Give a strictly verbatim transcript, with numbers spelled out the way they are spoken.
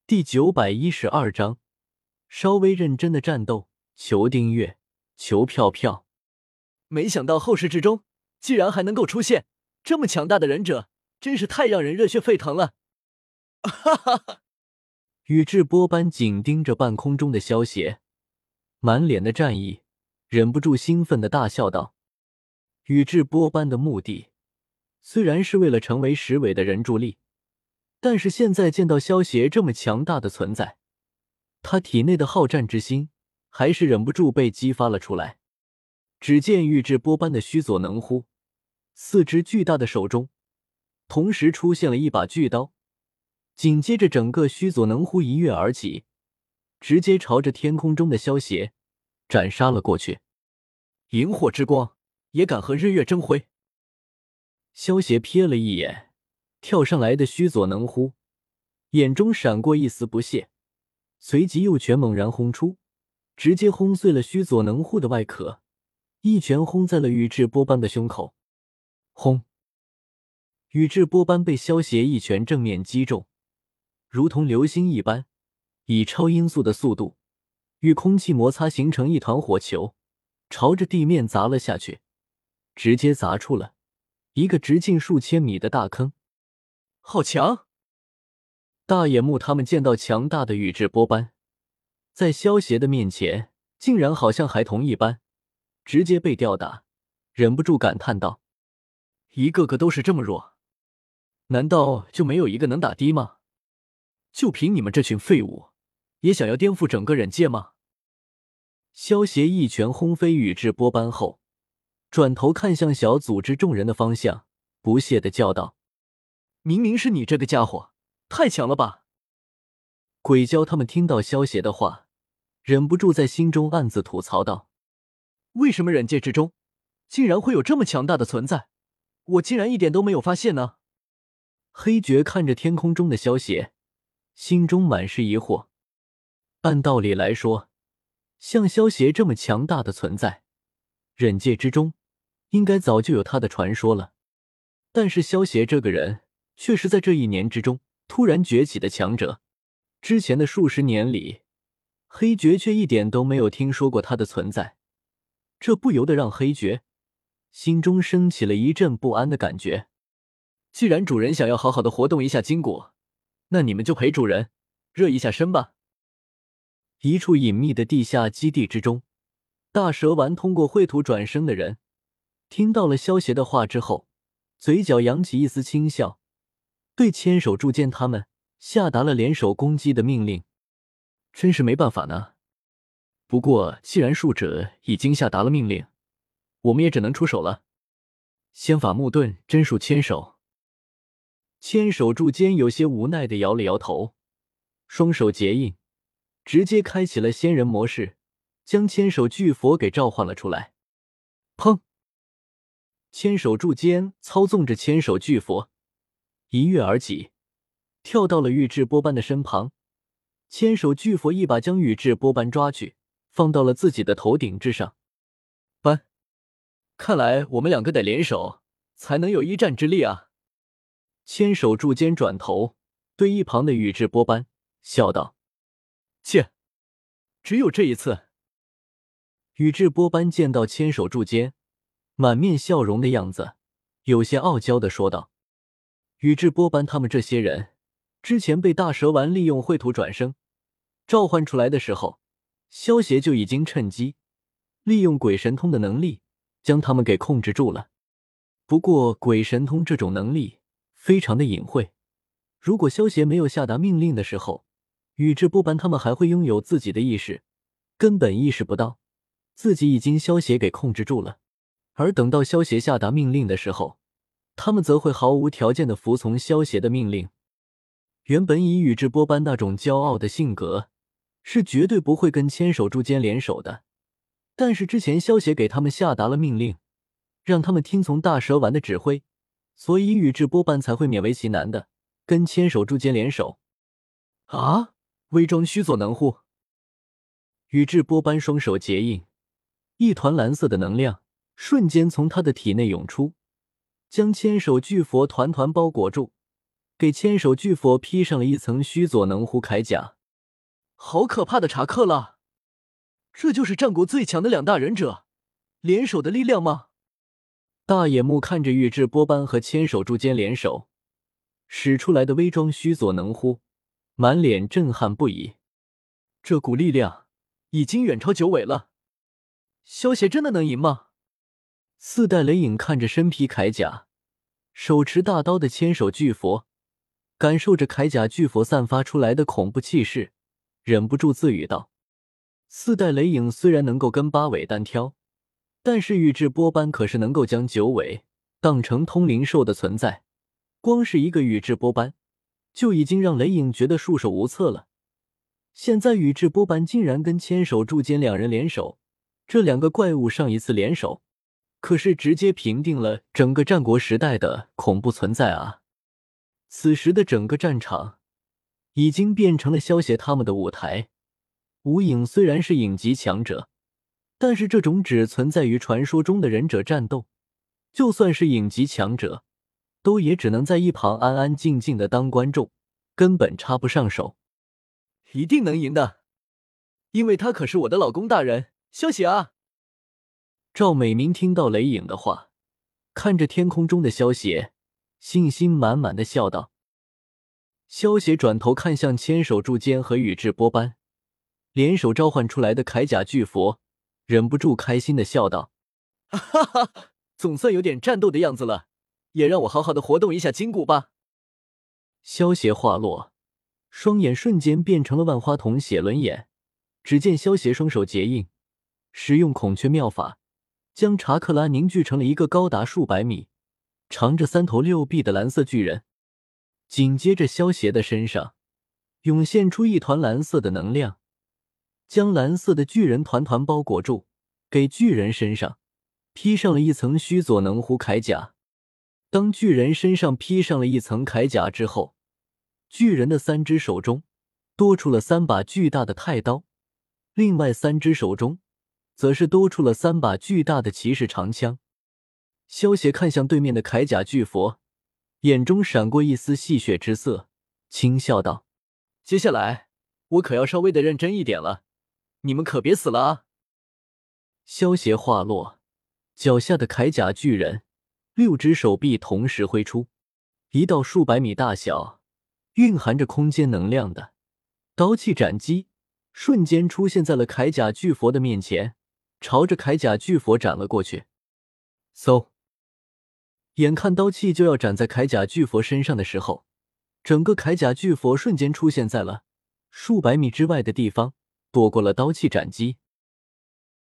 第九百一十二章，稍微认真的战斗。求订阅，求票票。 没想到后世之中，竟然还能够出现这么强大的忍者，真是太让人热血沸腾了！哈哈哈！ 宇智波斑紧盯着半空中的萧协，满脸的战意，忍不住兴奋的大笑道：“宇智波斑的目的虽然是为了成为十尾的人柱力，但是现在见到萧协这么强大的存在，他体内的好战之心还是忍不住被激发了出来。只见宇智波斑的须佐能乎四只巨大的手中同时出现了一把巨刀，紧接着整个须佐能乎一跃而起，直接朝着天空中的萧协斩杀了过去。 萤火之光也敢和日月争辉？ 萧协瞥了一眼跳上来的须佐能乎，眼中闪过一丝不屑，随即右拳猛然轰出，直接轰碎了须佐能乎的外壳，一拳轰在了宇智波斑的胸口。轰！宇智波斑被萧协一拳正面击中，如同流星一般，以超音速的速度与空气摩擦形成一团火球，朝着地面砸了下去，直接砸出了一个直径数千米的大坑。 好强！ 大野木他们见到强大的宇智波斑，在萧协的面前竟然好像孩童一般，直接被吊打，忍不住感叹道： 一个个都是这么弱，难道就没有一个能打的吗？就凭你们这群废物，也想要颠覆整个忍界吗？ 萧协一拳轰飞宇智波斑后，转头看向小组织众人的方向，不屑地叫道： 明明是你这个家伙，太强了吧！ 鬼鲛他们听到萧协的话，忍不住在心中暗自吐槽道： 为什么忍界之中竟然会有这么强大的存在，我竟然一点都没有发现呢？ 黑爵看着天空中的萧协，心中满是疑惑。按道理来说，像萧协这么强大的存在，忍界之中应该早就有他的传说了，但是萧协这个人却是在这一年之中突然崛起的强者，之前的数十年里，黑爵却一点都没有听说过他的存在，这不由得让黑爵心中升起了一阵不安的感觉。 既然主人想要好好的活动一下筋骨，那你们就陪主人热一下身吧。 一处隐秘的地下基地之中，大蛇丸通过绘图转生的人听到了萧协的话之后，嘴角扬起一丝轻笑，对千手柱间他们下达了联手攻击的命令。 真是没办法呢，不过既然术者已经下达了命令，我们也只能出手了。仙法木盾真术千手。 千手柱间有些无奈地摇了摇头，双手结印，直接开启了仙人模式，将千手巨佛给召唤了出来。砰！千手柱间操纵着千手巨佛一跃而起，跳到了宇智波斑的身旁。千手巨佛一把将宇智波斑抓去，放到了自己的头顶之上。 斑，看来我们两个得联手，才能有一战之力啊！ 千手柱间转头对一旁的宇智波斑笑道： 切，只有这一次。 宇智波斑见到千手柱间满面笑容的样子，有些傲娇地说道：宇智波斑他们这些人之前被大蛇丸利用绘图转生召唤出来的时候，萧协就已经趁机利用鬼神通的能力将他们给控制住了。不过鬼神通这种能力非常的隐晦，如果萧协没有下达命令的时候，宇智波斑他们还会拥有自己的意识，根本意识不到自己已经萧协给控制住了。而等到萧协下达命令的时候，他们则会毫无条件的服从萧协的命令。原本以宇智波斑那种骄傲的性格，是绝对不会跟千手柱间联手的，但是之前萧协给他们下达了命令，让他们听从大蛇丸的指挥，所以宇智波斑才会勉为其难的跟千手柱间联手。 啊，微装须佐能乎！ 宇智波斑双手结印，一团蓝色的能量瞬间从他的体内涌出，将千手巨佛团团包裹住， 给千手巨佛披上了一层须佐能乎铠甲。 好可怕的查克拉！这就是战国最强的两大忍者联手的力量吗？ 大野木看着宇智波斑和千手柱间联手使出来的微装须佐能乎，满脸震撼不已。 这股力量已经远超九尾了，萧协真的能赢吗？ 四代雷影看着身披铠甲手持大刀的千手巨佛，感受着铠甲巨佛散发出来的恐怖气势，忍不住自语道：四代雷影虽然能够跟八尾单挑，但是宇智波斑可是能够将九尾当成通灵兽的存在，光是一个宇智波斑就已经让雷影觉得束手无策了。现在宇智波斑竟然跟千手柱间两人联手，这两个怪物上一次联手可是直接平定了整个战国时代的恐怖存在啊！此时的整个战场已经变成了萧协他们的舞台。无影虽然是影级强者，但是这种只存在于传说中的忍者战斗，就算是影级强者，都也只能在一旁安安静静的当观众，根本插不上手。 一定能赢的，因为他可是我的老公大人萧协啊！ 赵美明听到雷影的话，看着天空中的萧协，信心满满的笑道。萧协转头看向千手柱间和宇智波斑联手召唤出来的铠甲巨佛，忍不住开心的笑道： 哈哈，总算有点战斗的样子了，也让我好好的活动一下筋骨吧。 萧协话落，双眼瞬间变成了万花筒写轮眼，只见萧协双手结印，使用孔雀妙法，将查克拉凝聚成了一个高达数百米、长着三头六臂的蓝色巨人。紧接着萧协的身上涌现出一团蓝色的能量，将蓝色的巨人团团包裹住，给巨人身上披上了一层须佐能乎铠甲。当巨人身上披上了一层铠甲之后，巨人的三只手中多出了三把巨大的太刀，另外三只手中则是多出了三把巨大的骑士长枪。萧协看向对面的铠甲巨佛，眼中闪过一丝戏谑之色，轻笑道： 接下来我可要稍微的认真一点了，你们可别死了啊！ 萧协话落，脚下的铠甲巨人六只手臂同时挥出，一道数百米大小蕴含着空间能量的刀气斩击瞬间出现在了铠甲巨佛的面前，朝着铠甲巨佛斩了过去。嗖！眼看刀气就要斩在铠甲巨佛身上的时候，整个铠甲巨佛瞬间出现在了数百米之外的地方，躲过了刀气斩击。